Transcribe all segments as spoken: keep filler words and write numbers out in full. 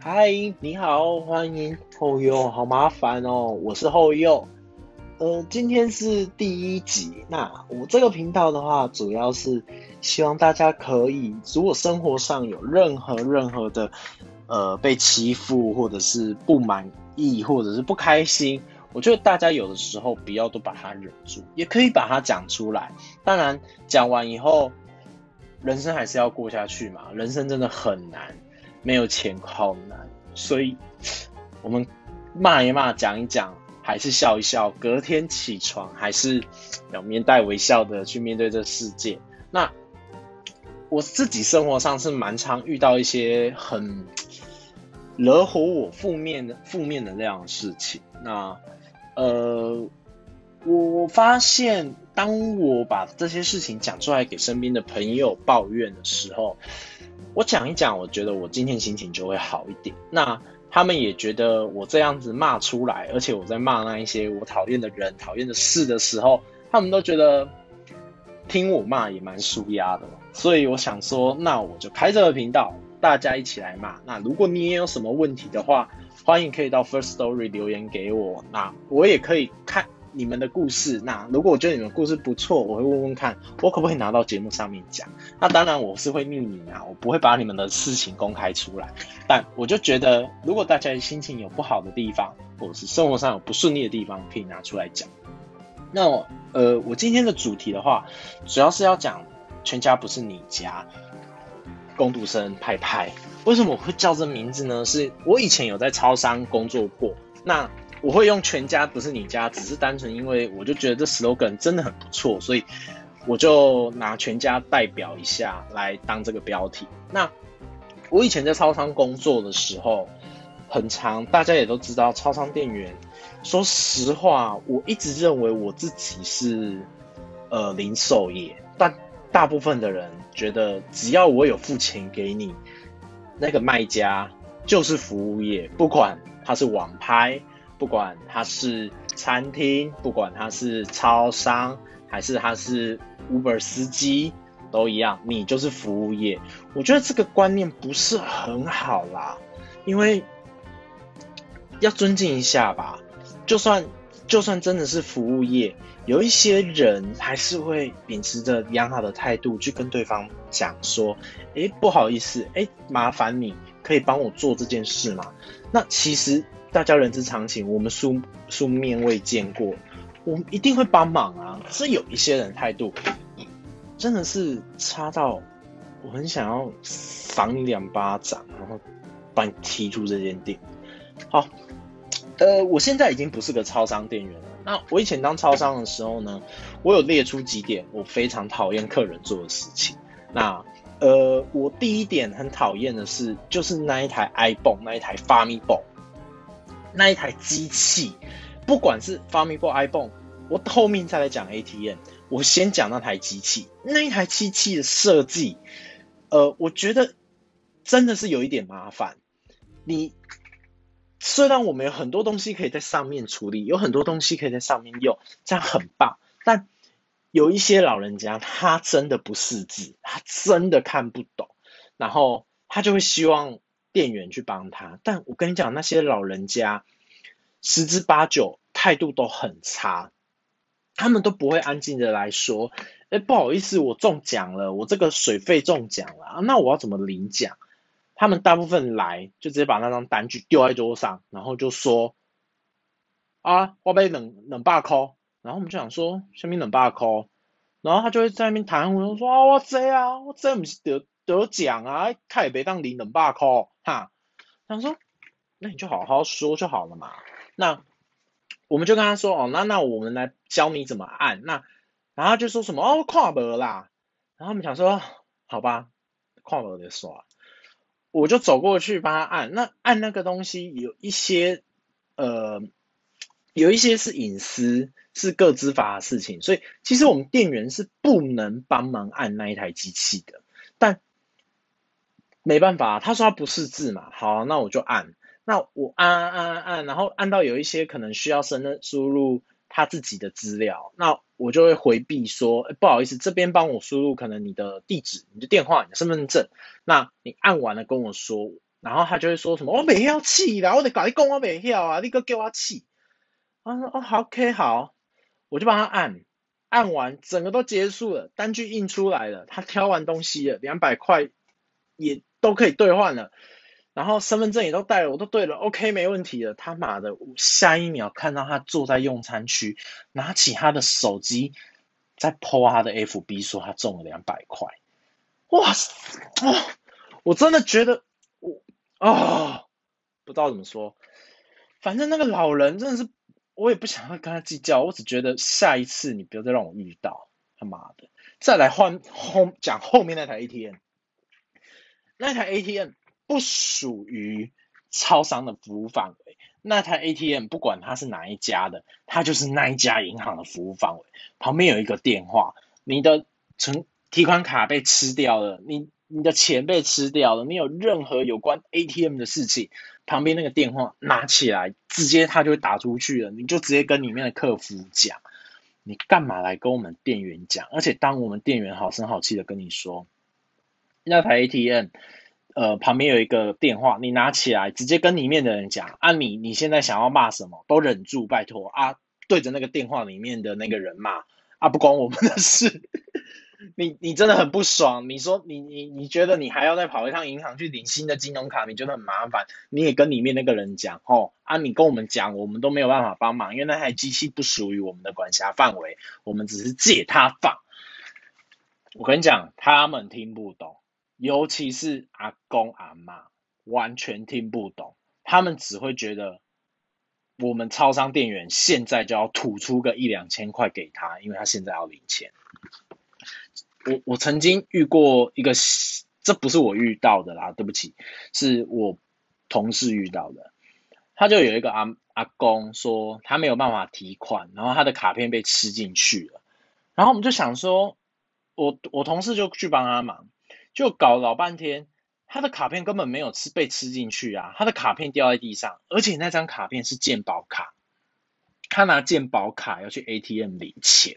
嗨，你好，欢迎后佑，好麻烦哦，我是后佑。呃，今天是第一集，那我这个频道的话，主要是希望大家可以，如果生活上有任何任何的呃被欺负，或者是不满意，或者是不开心，我觉得大家有的时候不要都把它忍住，也可以把它讲出来。当然，讲完以后，人生还是要过下去嘛，人生真的很难。没有钱好难，所以我们骂一骂，讲一讲，还是笑一笑，隔天起床还是要面带微笑的去面对这世界。那我自己生活上是蛮常遇到一些很惹火我负面的负面能量的事情。那呃，我发现当我把这些事情讲出来给身边的朋友抱怨的时候，我讲一讲，我觉得我今天心情就会好一点。那他们也觉得我这样子骂出来，而且我在骂那一些我讨厌的人、讨厌的事的时候，他们都觉得听我骂也蛮舒压的。所以我想说，那我就开这个频道，大家一起来骂。那如果你也有什么问题的话，欢迎可以到 First Story 留言给我，那我也可以看你们的故事。那如果我觉得你们故事不错，我会问问看，我可不可以拿到节目上面讲。那当然我是会匿名啊，我不会把你们的事情公开出来。但我就觉得，如果大家心情有不好的地方，或者是生活上有不顺利的地方，可以拿出来讲。那我呃，我今天的主题的话，主要是要讲全家不是你家，工读生派派。为什么我会叫这名字呢？是我以前有在超商工作过，那我会用全家不是你家，只是单纯因为我就觉得这 slogan 真的很不错，所以我就拿全家代表一下来当这个标题。那我以前在超商工作的时候，很长，大家也都知道，超商店员。说实话，我一直认为我自己是呃零售业，但大部分的人觉得，只要我有付钱给你，那个卖家就是服务业，不管他是网拍，不管他是餐厅，不管他是超商，还是他是 Uber 司机，都一样，你就是服务业。我觉得这个观念不是很好啦，因为要尊敬一下吧。就算就算真的是服务业，有一些人还是会秉持着良好的态度去跟对方讲说，哎，不好意思，哎，麻烦你可以帮我做这件事吗？那其实大家人之常情，我们素素面未见过，我们一定会帮忙啊。是有一些人态度真的是差到我很想要赏你两巴掌，然后把你踢出这间店。好，呃，我现在已经不是个超商店员了。那我以前当超商的时候呢，我有列出几点我非常讨厌客人做的事情。那呃，我第一点很讨厌的是，就是那一台 iPhone，那一台 Famibon，那一台机器，不管是 Famibon iPhone，我后面再来讲 A T M，我先讲那台机器，那一台机器的设计，呃，我觉得真的是有一点麻烦。你虽然我们有很多东西可以在上面处理，有很多东西可以在上面用，这样很棒。但有一些老人家他真的不识字，他真的看不懂，然后他就会希望店员去帮他。但我跟你讲，那些老人家十之八九态度都很差，他们都不会安静的来说，哎，不好意思，我中奖了，我这个水费中奖了，啊那我要怎么领奖？他们大部分来就直接把那张单据丢在桌上，然后就说啊，我被冷冷霸扣，然后我们就想说，下面冷霸扣，然后他就会在那边谈，我说啊，我这啊，我这不是得得奖啊，他也别当领冷霸扣，哈，他说那你就好好说就好了嘛，那我们就跟他说哦，那那我们来教你怎么按，那然后他就说什么哦，看不啦，然后我们想说好吧，看不就算了。我就走过去帮他按，那按那个东西有一些呃，有一些是隐私，是个资法的事情，所以其实我们店员是不能帮忙按那一台机器的。但没办法，他说他不识字嘛，好，那我就按，那我按按按按按，然后按到有一些可能需要深的输入他自己的资料，那我就会回避说，欸不好意思，这边帮我输入可能你的地址、你的电话、你的身份证，那你按完了跟我说， 然后他就会说什么我袂晓气啦，我得跟你讲我袂晓啊，你个给我气。他说哦好 OK 好，我就帮他按，按完整个都结束了，单据印出来了，他挑完东西了，两百块也都可以兑换了，然后身份证也都带了，我都对了 OK 没问题了。他妈的，我下一秒看到他坐在用餐区，拿起他的手机在 po 他的 F B 说他中了两百块。哇塞、哦，我真的觉得我啊、哦，不知道怎么说，反正那个老人真的是，我也不想要跟他计较，我只觉得下一次你不要再让我遇到，他妈的，再来换后讲后面那台 A T M， 那台 A T M 不属于超商的服务范围，那台 A T M 不管它是哪一家的，它就是那一家银行的服务范围，旁边有一个电话，你的存提款卡被吃掉了，你你的钱被吃掉了，你有任何有关 A T M 的事情，旁边那个电话拿起来，直接他就会打出去了，你就直接跟里面的客服讲，你干嘛来跟我们店员讲？而且当我们店员好声好气的跟你说，那台 A T M，呃，旁边有一个电话，你拿起来直接跟里面的人讲啊你，你现在想要骂什么，都忍住，拜托啊，对着那个电话里面的那个人骂啊，不关我们的事。你你真的很不爽，你说你你你觉得你还要再跑一趟银行去领新的金融卡，你觉得很麻烦，你也跟里面那个人讲哦啊，你跟我们讲，我们都没有办法帮忙，因为那台机器不属于我们的管辖范围，我们只是借他放。我跟你讲，他们听不懂，尤其是阿公阿嬷，完全听不懂，他们只会觉得我们超商店员现在就要吐出个一两千块给他，因为他现在要领钱。我我曾经遇过一个，这不是我遇到的啦，对不起，是我同事遇到的。他就有一个阿阿公说他没有办法提款，然后他的卡片被吃进去了，然后我们就想说，我我同事就去帮他忙，就搞老半天，他的卡片根本没有吃被吃进去啊，他的卡片掉在地上，而且那张卡片是健保卡，他拿健保卡要去 A T M 领钱。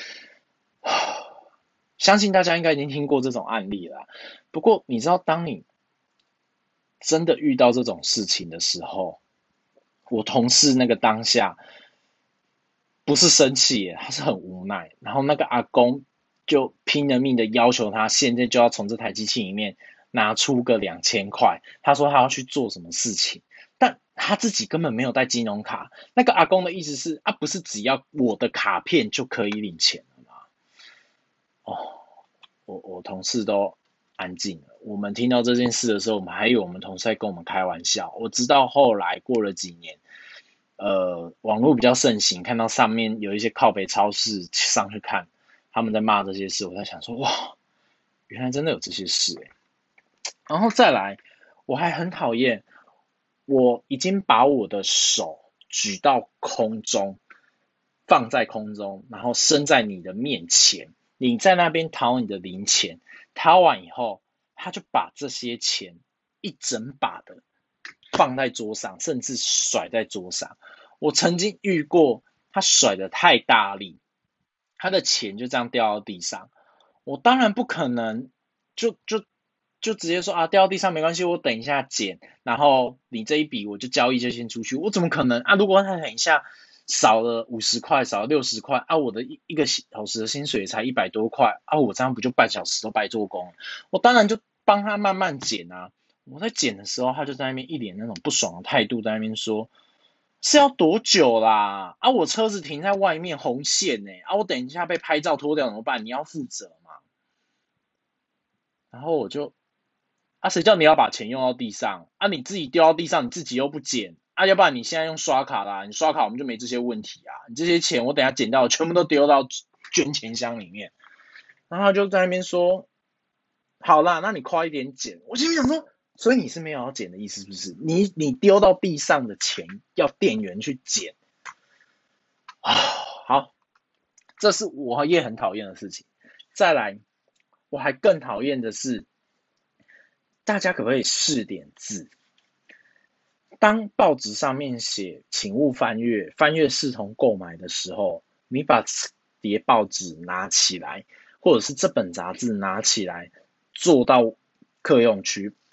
相信大家应该已经听过这种案例了，不过你知道，当你真的遇到这种事情的时候，我同事那个当下不是生气耶，他是很无奈。然后那个阿公就拼了命的要求他现在就要从这台机器里面拿出个两千块，他说他要去做什么事情，但他自己根本没有带金融卡。那个阿公的意思是啊，不是只要我的卡片就可以领钱了吗？哦，我我同事都安静了。我们听到这件事的时候，我们还以为我们同事在跟我们开玩笑。我直到后来过了几年，呃，网络比较盛行，看到上面有一些靠北超市上去看，他们在骂这些事，我在想说，哇，原来真的有这些事欸。然后再来，我还很讨厌，我已经把我的手举到空中，放在空中，然后伸在你的面前，你在那边掏你的零钱，掏完以后，他就把这些钱一整把的放在桌上，甚至甩在桌上。我曾经遇过，他甩的太大力，他的钱就这样掉到地上。我当然不可能就就就直接说啊，掉到地上没关系，我等一下捡，然后你这一笔我就交易就先出去。我怎么可能啊？如果他等一下少了五十块，少了六十块啊，我的一一个小时的薪水才一百多块啊，我这样不就半小时都白做工了？我当然就帮他慢慢捡啊。我在捡的时候，他就在那边一脸那种不爽的态度，在那边说是要多久啦？啊，我车子停在外面红线呢、欸，啊，我等一下被拍照拖掉怎么办？你要负责嘛？然后我就啊，谁叫你要把钱用到地上啊？你自己丢到地上，你自己又不捡啊？要不然你现在用刷卡啦，你刷卡我们就没这些问题啊。你这些钱我等下捡到，全部都丢到捐钱箱里面。然后他就在那边说，好啦，那你快一点捡。我心里想说，所以你是没有要捡的意思，是不是？你你丢到地上的钱要店员去捡啊？好，这是我也很讨厌的事情。再来，我还更讨厌的是，大家可不可以试点字？当报纸上面写“请勿翻阅”，翻阅视同购买的时候，你把叠报纸拿起来，或者是这本杂志拿起来，坐到客用区，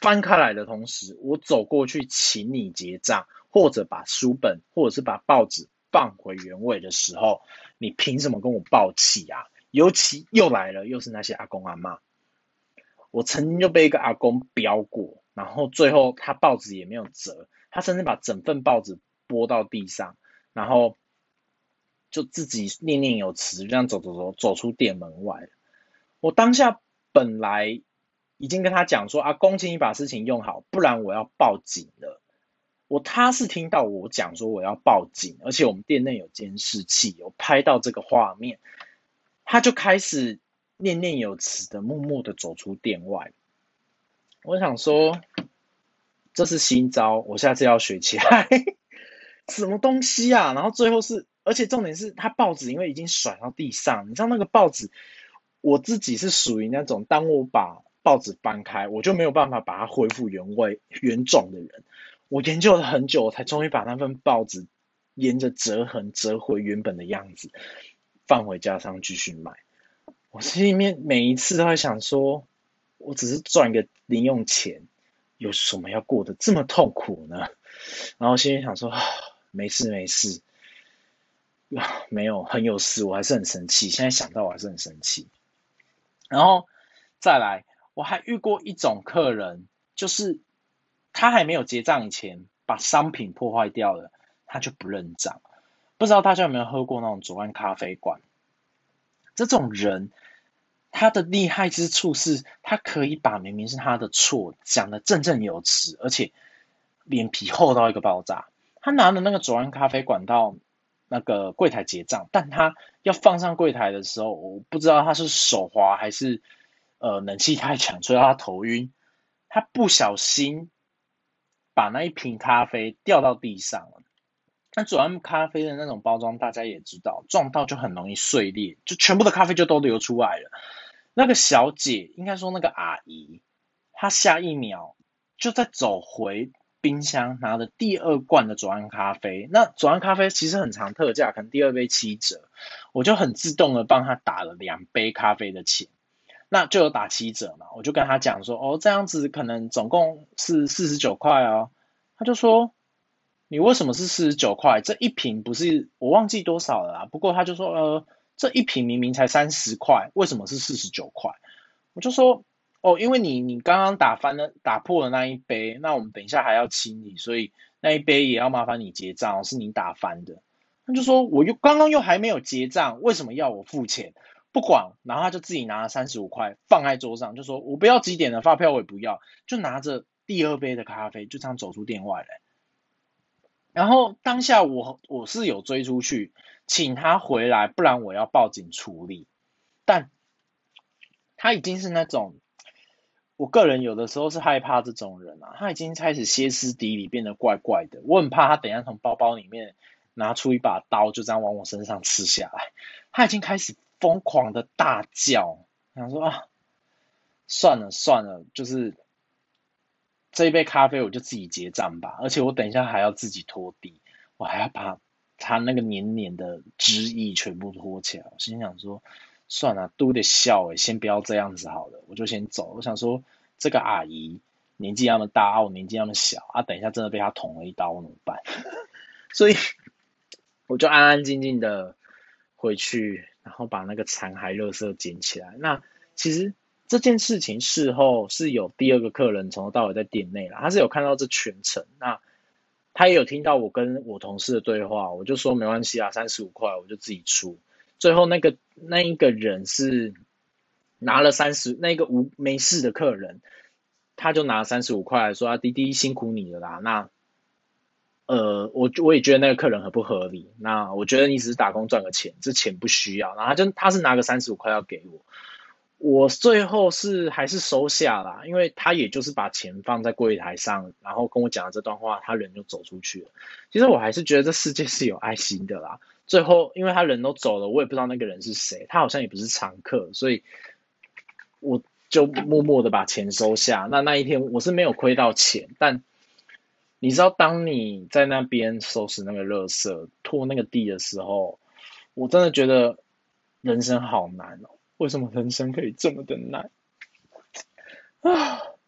翻开来的同时，我走过去请你结账，或者把书本或者是把报纸放回原位的时候，你凭什么跟我爆气啊？尤其又来了，又是那些阿公阿嬷。我曾经就被一个阿公飙过，然后最后他报纸也没有折，他甚至把整份报纸拨到地上，然后就自己念念有词，就这样走走走走出店门外了。我当下本来已经跟他讲说，阿公，请你把事情用好，不然我要报警了。我他是听到我讲说我要报警，而且我们店内有监视器，有拍到这个画面，他就开始念念有词的，默默的走出店外。我想说，这是新招，我下次要学起来。什么东西啊？然后最后是，而且重点是他报纸因为已经甩到地上，你知道那个报纸，我自己是属于那种当我把报纸翻开，我就没有办法把它恢复原位原状的人。我研究了很久，我才终于把那份报纸沿着折痕折回原本的样子，放回家上继续卖。我心里面每一次都在想说，我只是赚个零用钱，有什么要过得这么痛苦呢？然后心里想说，没事没事，没有很有事，我还是很生气。现在想到我还是很生气。然后再来，我还遇过一种客人，就是他还没有结账以前，把商品破坏掉了，他就不认账。不知道大家有没有喝过那种左岸咖啡馆？这种人，他的厉害之处是，他可以把明明是他的错讲得振振有词，而且脸皮厚到一个爆炸。他拿的那个左岸咖啡馆到那个柜台结账，但他要放上柜台的时候，我不知道他是手滑还是呃冷气太强，所以他头晕。他不小心把那一瓶咖啡掉到地上了。那左岸咖啡的那种包装，大家也知道，撞到就很容易碎裂，就全部的咖啡就都流出来了。那个小姐，应该说那个阿姨，她下一秒就在走回冰箱，拿了第二罐的左岸咖啡。那左岸咖啡其实很常特价，可能第二杯七折，我就很自动的帮她打了两杯咖啡的钱，那就有打七折嘛。我就跟她讲说，哦，这样子可能总共是四十九块哦。她就说，你为什么是四十九块？这一瓶不是我忘记多少了啦。不过他就说，呃，这一瓶明明才三十块，为什么是四十九块？我就说，哦，因为你你刚刚打翻了打破了那一杯，那我们等一下还要清理，所以那一杯也要麻烦你结账，是你打翻的。他就说，我又刚刚又还没有结账，为什么要我付钱？不管，然后他就自己拿了三十五块放在桌上，就说我不要几点的发票，我也不要，就拿着第二杯的咖啡，就这样走出店外了。然后当下我我是有追出去，请他回来，不然我要报警处理。但他已经是那种，我个人有的时候是害怕这种人啊，他已经开始歇斯底里，变得怪怪的。我很怕他等一下从包包里面拿出一把刀，就这样往我身上刺下来。他已经开始疯狂的大叫，想说啊，算了算了，就是这一杯咖啡我就自己结账吧，而且我等一下还要自己拖地，我还要把它那个黏黏的汁液全部拖起来。我心想说，算了，都得笑诶，先不要这样子好了，我就先走。我想说，这个阿姨年纪那么大，我年纪那么小啊，等一下真的被她捅了一刀，我怎么办？所以我就安安静静的回去，然后把那个残骸、垃圾捡起来。那其实这件事情事后是有第二个客人从头到尾在店内啦，他是有看到这全程，那他也有听到我跟我同事的对话，我就说没关系啊，三十五块我就自己出。最后那个那一个人是拿了三十，那个无没事的客人，他就拿三十五块来说啊，滴滴辛苦你了啦，那呃，我我也觉得那个客人很不合理。那我觉得你只是打工赚个钱，这钱不需要。然后他就他是拿个三十五块要给我，我最后是还是收下啦，因为他也就是把钱放在柜台上，然后跟我讲了这段话，他人就走出去了。其实我还是觉得这世界是有爱心的啦。最后因为他人都走了，我也不知道那个人是谁，他好像也不是常客，所以我就默默的把钱收下。那那一天我是没有亏到钱，但你知道，当你在那边收拾那个垃圾、拖那个地的时候，我真的觉得人生好难哦。为什么人生可以这么的难啊？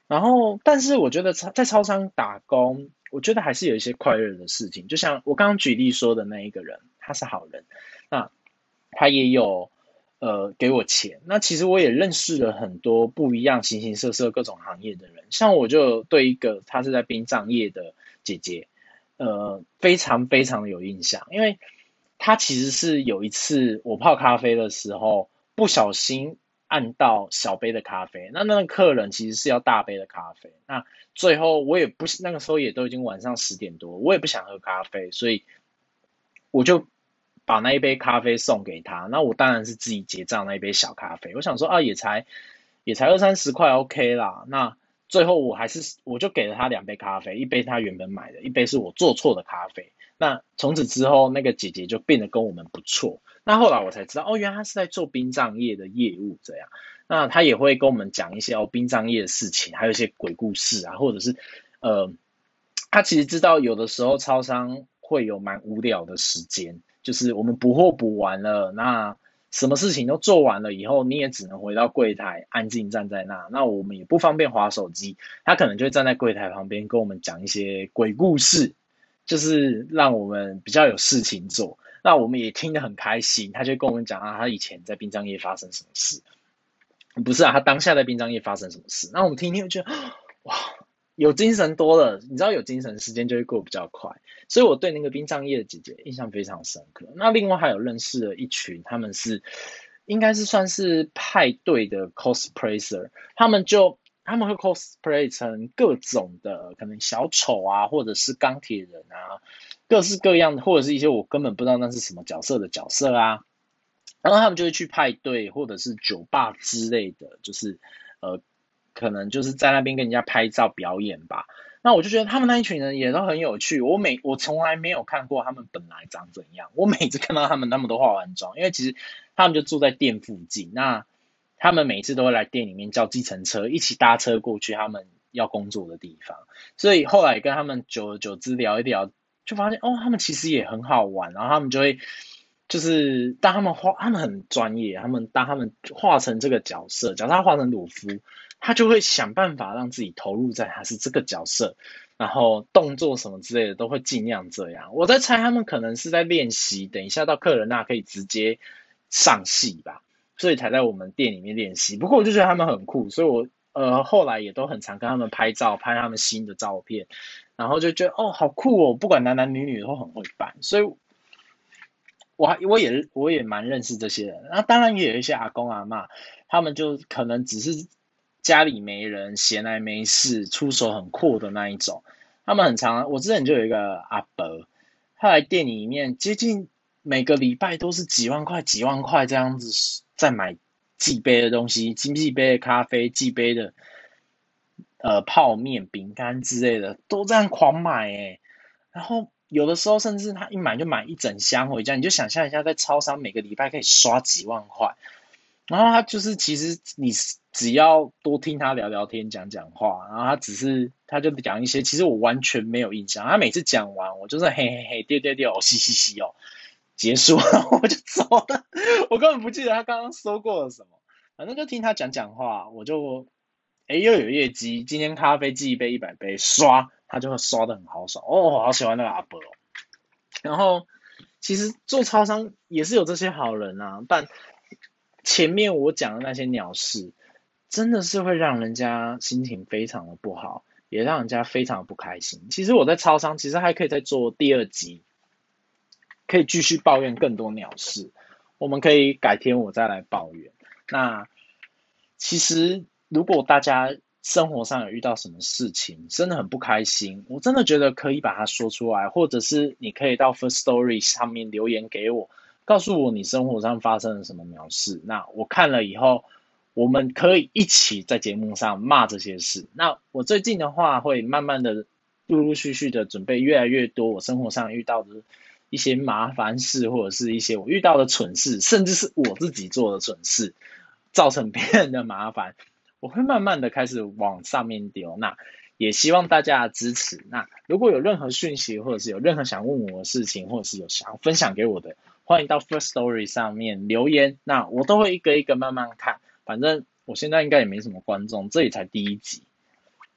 然后，但是我觉得在超商打工，我觉得还是有一些快乐的事情。就像我刚刚举例说的那一个人，他是好人，那他也有呃给我钱。那其实我也认识了很多不一样、形形色色各种行业的人。像我就对一个他是在殡葬业的姐姐，呃，非常非常有印象，因为她其实是有一次我泡咖啡的时候不小心按到小杯的咖啡，那那个客人其实是要大杯的咖啡，那最后我也不那个时候也都已经晚上十点多，我也不想喝咖啡，所以我就把那一杯咖啡送给他，那我当然是自己结账那一杯小咖啡，我想说啊也才也才二三十块 OK 啦，那最后我还是我就给了他两杯咖啡，一杯他原本买的，一杯是我做错的咖啡。那从此之后，那个姐姐就变得跟我们不错。那后来我才知道，哦，原来她是在做殡葬业的业务这样。那她也会跟我们讲一些哦殡葬业的事情，还有一些鬼故事啊，或者是呃，她其实知道有的时候超商会有蛮无聊的时间，就是我们补货补完了，那什么事情都做完了以后，你也只能回到柜台安静站在那，那我们也不方便滑手机，他可能就会站在柜台旁边跟我们讲一些鬼故事，就是让我们比较有事情做。那我们也听得很开心，他就跟我们讲啊，他以前在殡葬业发生什么事，不是啊，他当下在殡葬业发生什么事。那我们听听就觉得哇，有精神多了，你知道有精神，时间就会过比较快。所以我对那个殡葬业的姐姐印象非常深刻。那另外还有认识了一群，他们是应该是算是派对的 cosplayer，他们就他们会 cosplay 成各种的，可能小丑啊，或者是钢铁人啊，各式各样的，或者是一些我根本不知道那是什么角色的角色啊。然后他们就会去派对或者是酒吧之类的，就是呃，可能就是在那边跟人家拍照表演吧。那我就觉得他们那一群人也都很有趣。我每我从来没有看过他们本来长怎样，我每次看到他们，他们都化完妆，因为其实他们就住在店附近。那他们每次都会来店里面叫计程车，一起搭车过去他们要工作的地方。所以后来跟他们久而久之聊一聊，就发现哦，他们其实也很好玩，然后他们就会就是当他们画，他们很专业，他们当他们画成这个角色，假设他画成鲁夫，他就会想办法让自己投入在他是这个角色，然后动作什么之类的都会尽量这样。我在猜他们可能是在练习，等一下到客人那可以直接上戏吧，所以才在我们店里面练习。不过我就觉得他们很酷，所以我呃后来也都很常跟他们拍照，拍他们新的照片，然后就觉得哦好酷哦，不管男男女女都很会扮，所以我还我也我也蛮认识这些人，那当然也有一些阿公阿嬷，他们就可能只是家里没人，闲来没事，出手很阔的那一种。他们很常，我之前就有一个阿伯，他来店里面接近每个礼拜都是几万块、几万块这样子在买寄杯的东西，寄杯的咖啡、寄杯的呃泡面、饼干之类的，都这样狂买诶。然后有的时候甚至他一买就买一整箱回家，你就想象一下，在超商每个礼拜可以刷几万块。然后他就是其实你只要多听他聊聊天、讲讲话，然后他只是他就讲一些，其实我完全没有印象。他每次讲完，我就是嘿嘿嘿，对对对，哦嘻嘻嘻哦，结束了我就走了，我根本不记得他刚刚说过了什么。反正就听他讲讲话，我就哎又有业绩，今天咖啡寄一杯一百杯，刷他就会刷的很豪爽哦，我好喜欢那个阿伯哦。然后其实做超商也是有这些好人啊，但前面我讲的那些鸟事，真的是会让人家心情非常的不好，也让人家非常的不开心。其实我在超商其实还可以再做第二集，可以继续抱怨更多鸟事，我们可以改天我再来抱怨。那其实如果大家生活上有遇到什么事情，真的很不开心，我真的觉得可以把它说出来，或者是你可以到 First Story 上面留言给我，告诉我你生活上发生了什么鸟事。那我看了以后，我们可以一起在节目上骂这些事。那我最近的话会慢慢的陆陆续续的准备越来越多我生活上遇到的一些麻烦事，或者是一些我遇到的蠢事，甚至是我自己做的蠢事，造成别人的麻烦，我会慢慢的开始往上面丢。那也希望大家的支持。那如果有任何讯息，或者是有任何想问我的事情，或者是有想分享给我的，欢迎到 First Story 上面留言，那我都会一个一个慢慢看。反正我现在应该也没什么观众，这里才第一集。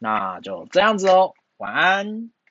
那就这样子哦，晚安。